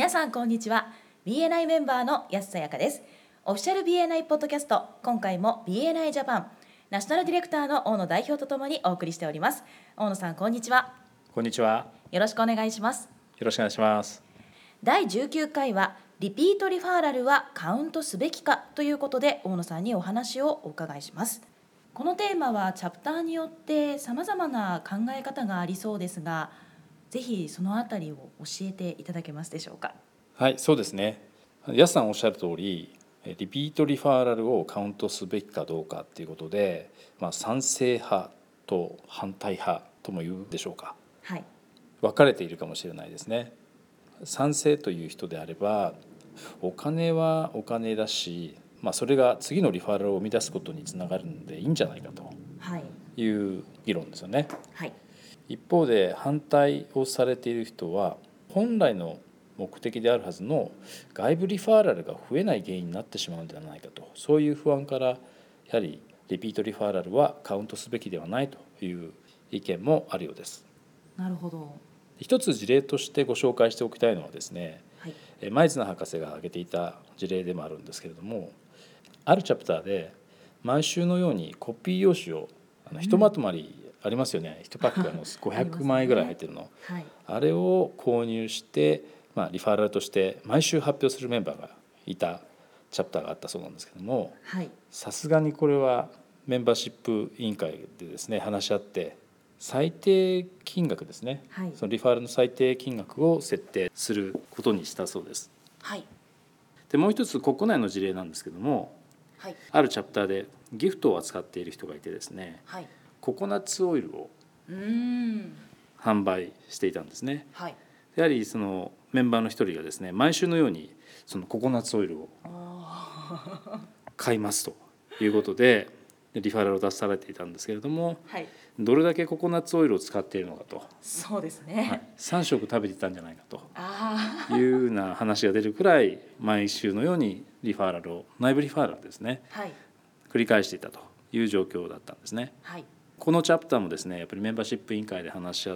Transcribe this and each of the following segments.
皆さんこんにちは。 BNI メンバーの安さやかです。オフィシャル BNI ポッドキャスト、今回も BNI ジャパンナショナルディレクターの大野代表とともにお送りしております。大野さんこんにちは。 こんにちは。 よろしくお願いします。 よろしくお願いします。 第19回はリピートリファーラルはカウントすべきかということで、大野さんにお話をお伺いします。このテーマはチャプターによって様々な考え方がありそうですが、ぜひそのあたりを教えていただけますでしょうか。 はい、そうですね。安さんおっしゃる通り、リピートリファーラルをカウントすべきかどうかということで、賛成派と反対派とも言うでしょうか。 はい。 分かれているかもしれないですね。賛成という人であれば、お金はお金だし、それが次のリファーラルを生み出すことにつながるのでいいんじゃないかという議論ですよね。 はい。 一方で反対をされている人は、本来の目的であるはずの外部リファーラルが増えない原因になってしまうんではないかと、そういう不安からやはりリピートリファーラルはカウントすべきではないという意見もあるようです。 なるほど。 一つ事例としてご紹介しておきたいのはですね、 はい。 前綱博士が挙げていた事例でもあるんですけれども、あるチャプターで毎週のようにコピー用紙をひとまとまりありますよね、1パック500枚ぐらい入ってるの、 はい。 あれを購入して、リファーラルとして毎週発表するメンバーがいたチャプターがあったそうなんですけども、さすがにこれはメンバーシップ委員会でですね話し合って最低金額ですね、 はい、 そのリファーラルの最低金額を設定することにしたそうです。 はい。 でもう一つ国内の事例なんですけども、 はい、 あるチャプターでギフトを扱っている人がいてですね、 はい、 ココナッツオイルを販売していたんですね。 はい、 やはりそのメンバーの一人がですね毎週のようにそのココナッツオイルを買いますということでリファーラルを出されていたんですけれども、 はい、 どれだけココナッツオイルを使っているのかと、 そうですね、 3食食べていたんじゃないかというような話が出るくらい毎週のようにリファーラルを内部リファーラルですね、 はい、 繰り返していたという状況だったんですね。 はい、 このチャプターもですねやっぱりメンバーシップ委員会で話し合って、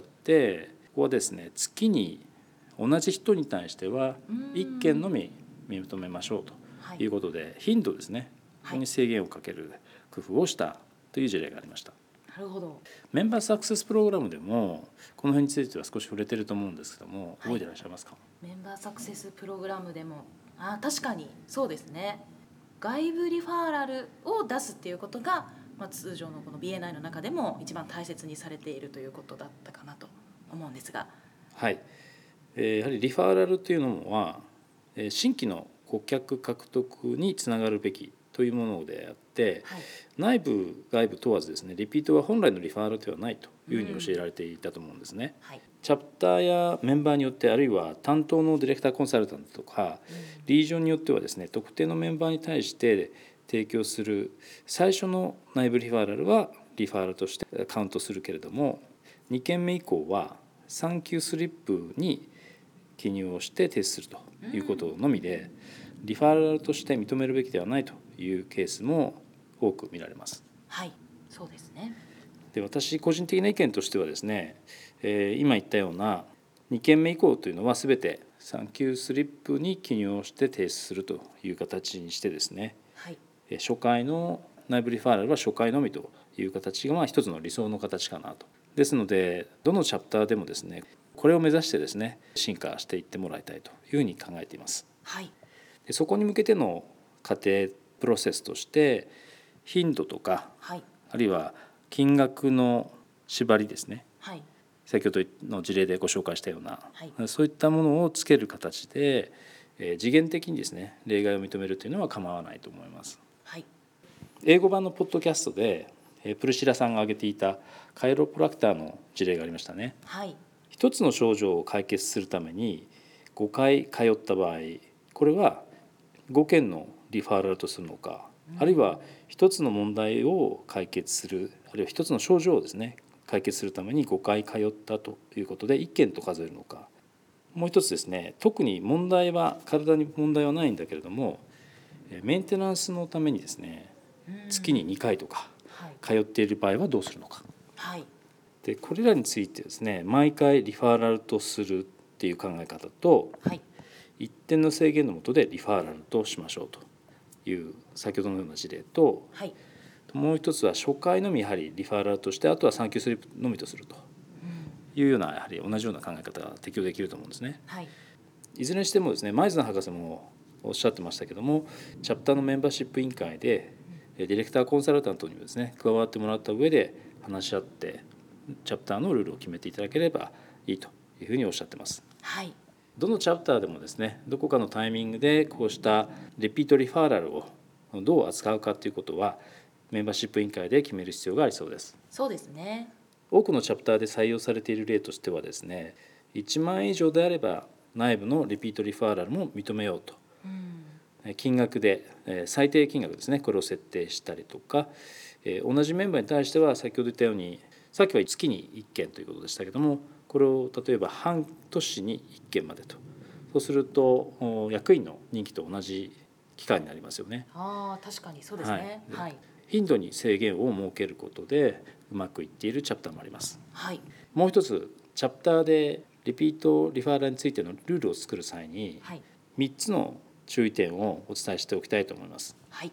ここはですね月に同じ人に対しては1件のみ認めましょうということで、頻度ですね、ここに制限をかける工夫をしたという事例がありました。 なるほど。 メンバーサクセスプログラムでもこの辺については少し触れてると思うんですけども、覚えていらっしゃいますか？ メンバーサクセスプログラムでも確かにそうですね。外部リファーラルを出すっていうことが、通常のこの BNI の中でも一番大切にされているということだったかなと思うんですが、 はい、やはりリファーラルというのは新規の顧客獲得につながるべきというものであって、内部外部問わずですねリピートは本来のリファーラルではないというふうに教えられていたと思うんですね。チャプターやメンバーによって、あるいは担当のディレクターコンサルタントとか、リージョンによってはですね特定のメンバーに対して提供する最初の内部リファーラルはリファーラルとしてカウントするけれども、2件目以降はサンキュースリップに記入をして提出するということのみで、リファーラルとして認めるべきではないというケースも多く見られます。 はい、そうですね。 で、私個人的な意見としてはですね、今言ったような2件目以降というのは全てサンキュースリップに記入をして提出するという形にしてですね、初回の内部リファーラルは初回のみという形が一つの理想の形かなと。ですのでどのチャプターでもですねこれを目指してですね進化していってもらいたいというふうに考えています。でそこに向けての過程プロセスとして頻度とか、あるいは金額の縛りですね、先ほどの事例でご紹介したような、そういったものをつける形で時限的にですね例外を認めるというのは構わないと思います。英語版のポッドキャストでプルシラさんが挙げていたカイロプラクターの事例がありましたね。一つの症状を解決するために5回通った場合、これは5件のリファーラルとするのか、あるいは一つの問題を解決する、あるいは一つの症状をですね解決するために5回通ったということで1件と数えるのか、もう一つですね、特に体に問題はないんだけれどもメンテナンスのためにですね月に2回とか通っている場合はどうするのか、でこれらについてですね毎回リファーラルとするっていう考え方と、 一定の制限の下でリファーラルとしましょうという先ほどのような事例と、 はい、 もう一つは初回のみやはりリファーラルとして、あとはサンキュースリップのみとするというような、やはり同じような考え方が適用できると思うんですね。 はい、 いずれにしてもですね、前津博士もおっしゃってましたけども、チャプターのメンバーシップ委員会でディレクターコンサルタントにもですね加わってもらった上で話し合ってチャプターのルールを決めていただければいいというふうにおっしゃってます。 はい、 どのチャプターでもですね、どこかのタイミングでこうしたリピートリファーラルをどう扱うかということはメンバーシップ委員会で決める必要がありそうです。 そうですね。 多くのチャプターで採用されている例としてはですね、1万円以上であれば内部のリピートリファーラルも認めようと、金額で最低金額ですね、これを設定したりとか、同じメンバーに対しては先ほど言ったように、さっきは月に1件ということでしたけども、これを例えば半年に1件までと、そうすると役員の任期と同じ期間になりますよね。 確かにそうですね。はい、 頻度に制限を設けることでうまくいっているチャプターもあります。 はい、 もう一つ、チャプターでリピートリファーラルについてのルールを作る際に3つの注意点をお伝えしておきたいと思います。 はい、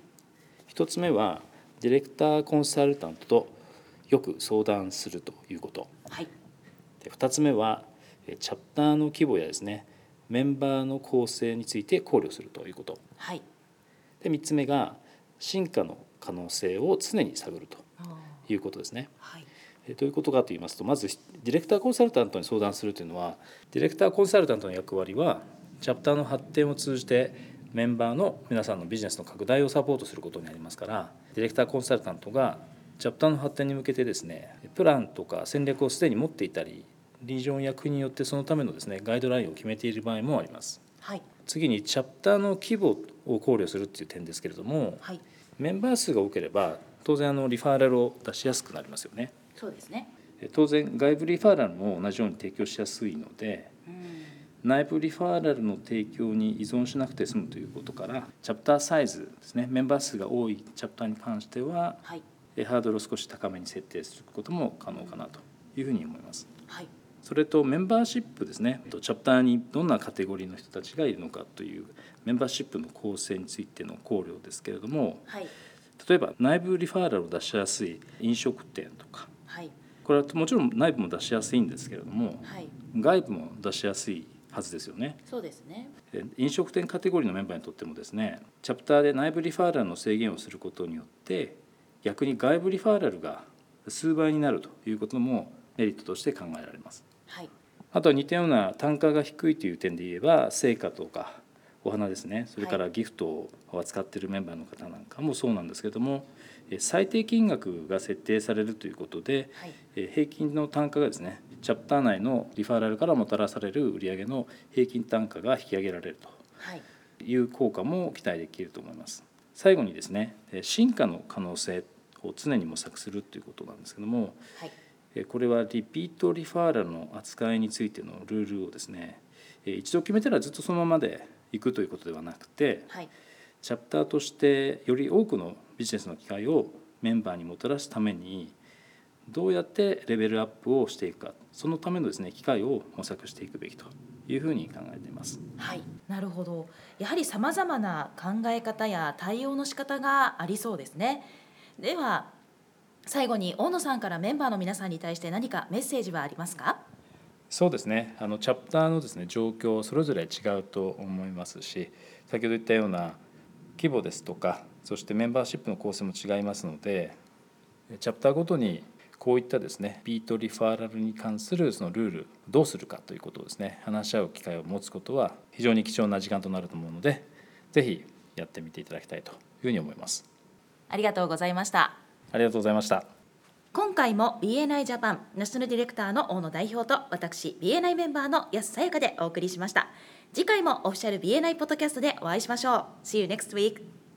1つ目はディレクターコンサルタントとよく相談するということ。 はい、 で2つ目はチャプターの規模やですねメンバーの構成について考慮するということ。 はい、 で3つ目が進化の可能性を常に探るということですね。 はい、 どういうことかと言いますと、まずディレクターコンサルタントに相談するというのは、ディレクターコンサルタントの役割はチャプターの発展を通じてメンバーの皆さんのビジネスの拡大をサポートすることになりますから、ディレクターコンサルタントがチャプターの発展に向けてですねプランとか戦略をすでに持っていたり、リージョンや国によってそのためのですねガイドラインを決めている場合もあります。 はい、 次にチャプターの規模を考慮するという点ですけれども、 はい、 メンバー数が多ければ当然リファーラルを出しやすくなりますよね。 そうですね。 当然外部リファーラルも同じように提供しやすいので、内部リファーラルの提供に依存しなくて済むということから、チャプターサイズですね、メンバー数が多いチャプターに関しては、 はい、 ハードルを少し高めに設定することも可能かなというふうに思います。 はい、 それとメンバーシップですね、チャプターにどんなカテゴリーの人たちがいるのかというメンバーシップの構成についての考慮ですけれども、 はい、 例えば内部リファーラルを出しやすい飲食店とか、 はい、 これはもちろん内部も出しやすいんですけれども、 はい、 外部も出しやすいはずですよね。 そうですね。 飲食店カテゴリーのメンバーにとってもですね、チャプターで内部リファーラルの制限をすることによって逆に外部リファーラルが数倍になるということもメリットとして考えられます。 はい、 あとは似たような単価が低いという点で言えば成果とかお花ですね、それからギフトを扱っているメンバーの方なんかもそうなんですけれども、最低金額が設定されるということで、 はい、 平均の単価がですねチャプター内のリファーラルからもたらされる売上の平均単価が引き上げられるという効果も期待できると思います。最後にですね、進化の可能性を常に模索するということなんですけども、 はい、 これはリピートリファーラルの扱いについてのルールをですね、一度決めたらずっとそのままでいくということではなくて、 はい、 チャプターとしてより多くのビジネスの機会をメンバーにもたらすためにどうやってレベルアップをしていくか、そのためのですね機会を模索していくべきというふうに考えています。 はい、なるほど。やはりさまざまな考え方や対応の仕方がありそうですね。では最後に大野さんからメンバーの皆さんに対して何かメッセージはありますか？ そうですね、チャプターのですね状況それぞれ違うと思いますし、先ほど言ったような規模ですとか、そしてメンバーシップの構成も違いますので、チャプターごとにこういったですねビートリファーラルに関するそのルールどうするかということをですね話し合う機会を持つことは非常に貴重な時間となると思うので、ぜひやってみていただきたいというふうに思います。 ありがとうございました。 ありがとうございました。 今回も BNI ジャパンナショナルディレクターの大野代表と私 BNI メンバーの安さやかでお送りしました。次回もオフィシャル BNI ポッドキャストでお会いしましょう。See you next week.